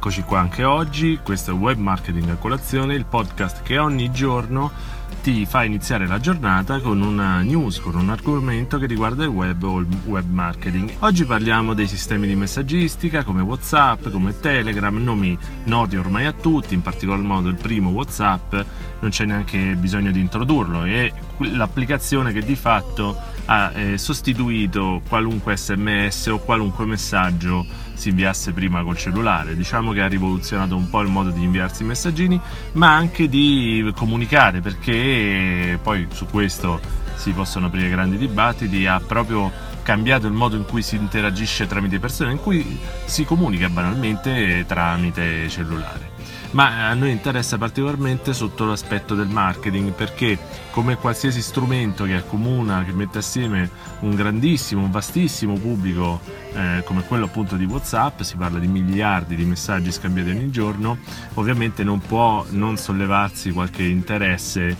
Eccoci qua anche oggi, questo è Web Marketing a Colazione, il podcast che ogni giorno ti fa iniziare la giornata con una news, con un argomento che riguarda il web o il web marketing. Oggi parliamo dei sistemi di messaggistica come WhatsApp, come Telegram, nomi noti ormai a tutti, in particolar modo il primo WhatsApp, non c'è neanche bisogno di introdurlo, è l'applicazione che di fatto ha sostituito qualunque SMS o qualunque messaggio si inviasse prima col cellulare. Diciamo che ha rivoluzionato un po' il modo di inviarsi i messaggini, ma anche di comunicare, perché poi su questo si possono aprire grandi dibattiti. Ha proprio cambiato il modo in cui si interagisce tramite persone, in cui si comunica banalmente tramite cellulare. Ma a noi interessa particolarmente sotto l'aspetto del marketing, perché come qualsiasi strumento che accomuna, che mette assieme un grandissimo, un vastissimo pubblico come quello appunto di WhatsApp, si parla di miliardi di messaggi scambiati ogni giorno, ovviamente non può non sollevarsi qualche interesse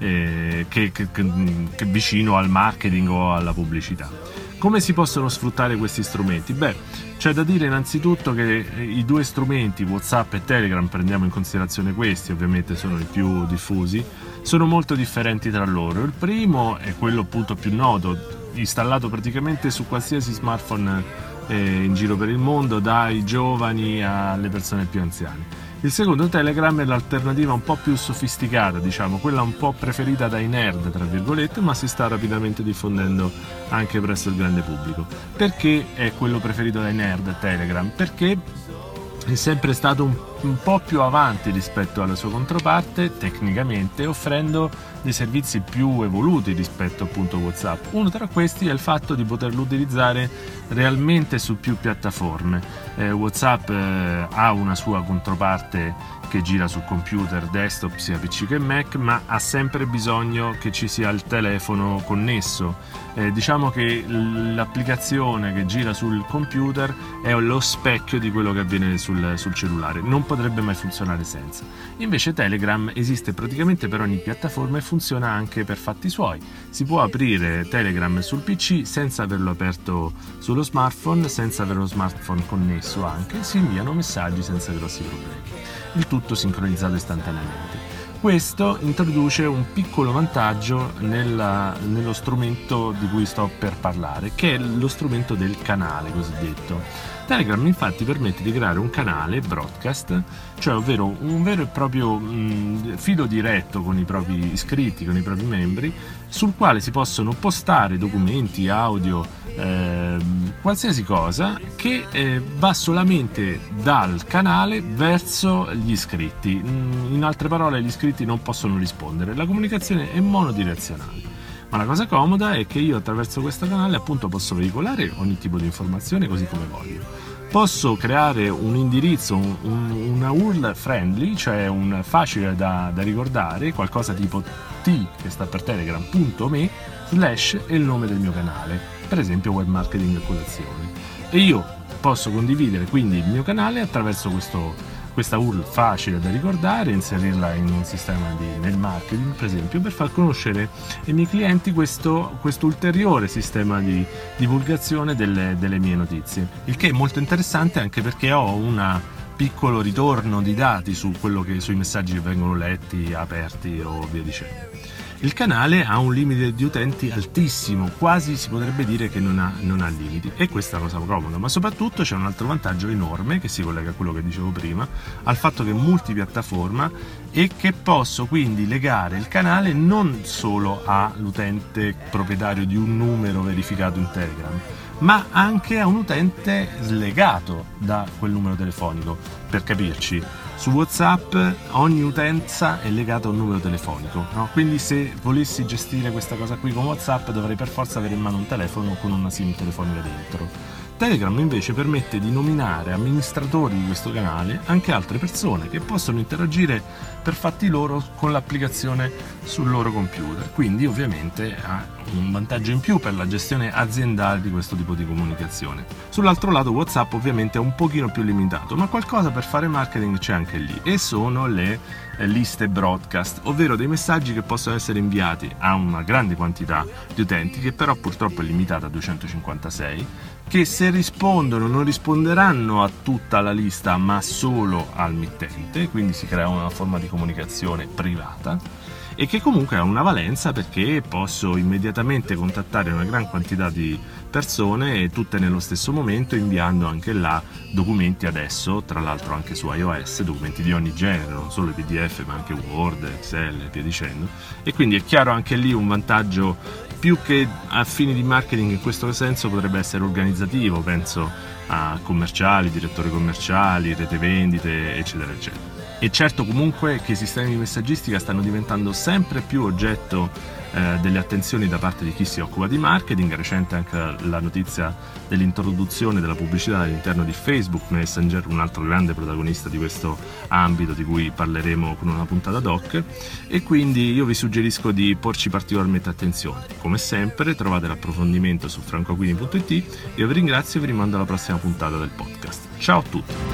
che vicino al marketing o alla pubblicità. Come si possono sfruttare questi strumenti? C'è da dire innanzitutto che i due strumenti, WhatsApp e Telegram, prendiamo in considerazione questi, ovviamente sono i più diffusi, sono molto differenti tra loro. Il primo è quello appunto più noto, installato praticamente su qualsiasi smartphone in giro per il mondo, dai giovani alle persone più anziane. Il secondo, Telegram, è l'alternativa un po' più sofisticata, diciamo, quella un po' preferita dai nerd, tra virgolette, ma si sta rapidamente diffondendo anche presso il grande pubblico. Perché è quello preferito dai nerd, Telegram? Perché è sempre stato un po' più avanti rispetto alla sua controparte tecnicamente, offrendo dei servizi più evoluti rispetto appunto a WhatsApp. Uno tra questi è il fatto di poterlo utilizzare realmente su più piattaforme. WhatsApp ha una sua controparte che gira sul computer desktop sia PC che Mac, ma ha sempre bisogno che ci sia il telefono connesso. Diciamo che l'applicazione che gira sul computer è lo specchio di quello che avviene sul cellulare, non potrebbe mai funzionare senza. Invece Telegram esiste praticamente per ogni piattaforma e funziona anche per fatti suoi. Si può aprire Telegram sul PC senza averlo aperto sullo smartphone, senza avere lo smartphone connesso anche, si inviano messaggi senza grossi problemi. Il tutto sincronizzato istantaneamente. Questo introduce un piccolo vantaggio nello strumento di cui sto per parlare, che è lo strumento del canale cosiddetto. Telegram infatti permette di creare un canale broadcast, cioè ovvero un vero e proprio filo diretto con i propri iscritti, con i propri membri, sul quale si possono postare documenti, audio, qualsiasi cosa che va solamente dal canale verso gli iscritti. In altre parole, gli iscritti non possono rispondere, la comunicazione è monodirezionale. Ma la cosa comoda è che io attraverso questo canale appunto posso veicolare ogni tipo di informazione così come voglio. Posso creare un indirizzo, una URL friendly, cioè un facile da ricordare, qualcosa tipo t, che sta per telegram.me, / e il nome del mio canale, per esempio Web Marketing a Colazione. E io posso condividere quindi il mio canale attraverso questa URL facile da ricordare, inserirla in un sistema di mail marketing, per esempio, per far conoscere ai miei clienti questo ulteriore sistema di divulgazione delle mie notizie. Il che è molto interessante anche perché ho un piccolo ritorno di dati sui messaggi che vengono letti, aperti o via dicendo. Il canale ha un limite di utenti altissimo, quasi si potrebbe dire che non ha limiti, e questa è una cosa comoda, ma soprattutto c'è un altro vantaggio enorme che si collega a quello che dicevo prima, al fatto che è multipiattaforma e che posso quindi legare il canale non solo all'utente proprietario di un numero verificato in Telegram, ma anche a un utente slegato da quel numero telefonico. Per capirci, su WhatsApp ogni utenza è legata a un numero telefonico, no? Quindi se volessi gestire questa cosa qui con WhatsApp dovrei per forza avere in mano un telefono con una SIM telefonica dentro. Telegram invece permette di nominare amministratori di questo canale anche altre persone che possono interagire per fatti loro con l'applicazione sul loro computer, quindi ovviamente ha un vantaggio in più per la gestione aziendale di questo tipo di comunicazione. Sull'altro lato WhatsApp ovviamente è un pochino più limitato, ma qualcosa per fare marketing c'è anche lì, e sono le liste broadcast, ovvero dei messaggi che possono essere inviati a una grande quantità di utenti, che però purtroppo è limitata a 256, che se rispondono non risponderanno a tutta la lista ma solo al mittente, quindi si crea una forma di comunicazione privata, e che comunque ha una valenza perché posso immediatamente contattare una gran quantità di persone, tutte nello stesso momento, inviando anche là documenti, adesso tra l'altro anche su iOS, documenti di ogni genere, non solo i PDF ma anche Word, Excel e via dicendo, e quindi è chiaro anche lì un vantaggio più che a fini di marketing. In questo senso potrebbe essere organizzativo, penso a commerciali, direttori commerciali, rete vendite, eccetera eccetera. E certo comunque che i sistemi di messaggistica stanno diventando sempre più oggetto delle attenzioni da parte di chi si occupa di marketing. È recente anche la notizia dell'introduzione della pubblicità all'interno di Facebook Messenger, un altro grande protagonista di questo ambito di cui parleremo con una puntata doc, e quindi io vi suggerisco di porci particolarmente attenzione. Come sempre trovate l'approfondimento su francoacquini.it. Io vi ringrazio e vi rimando alla prossima puntata del podcast. Ciao a tutti!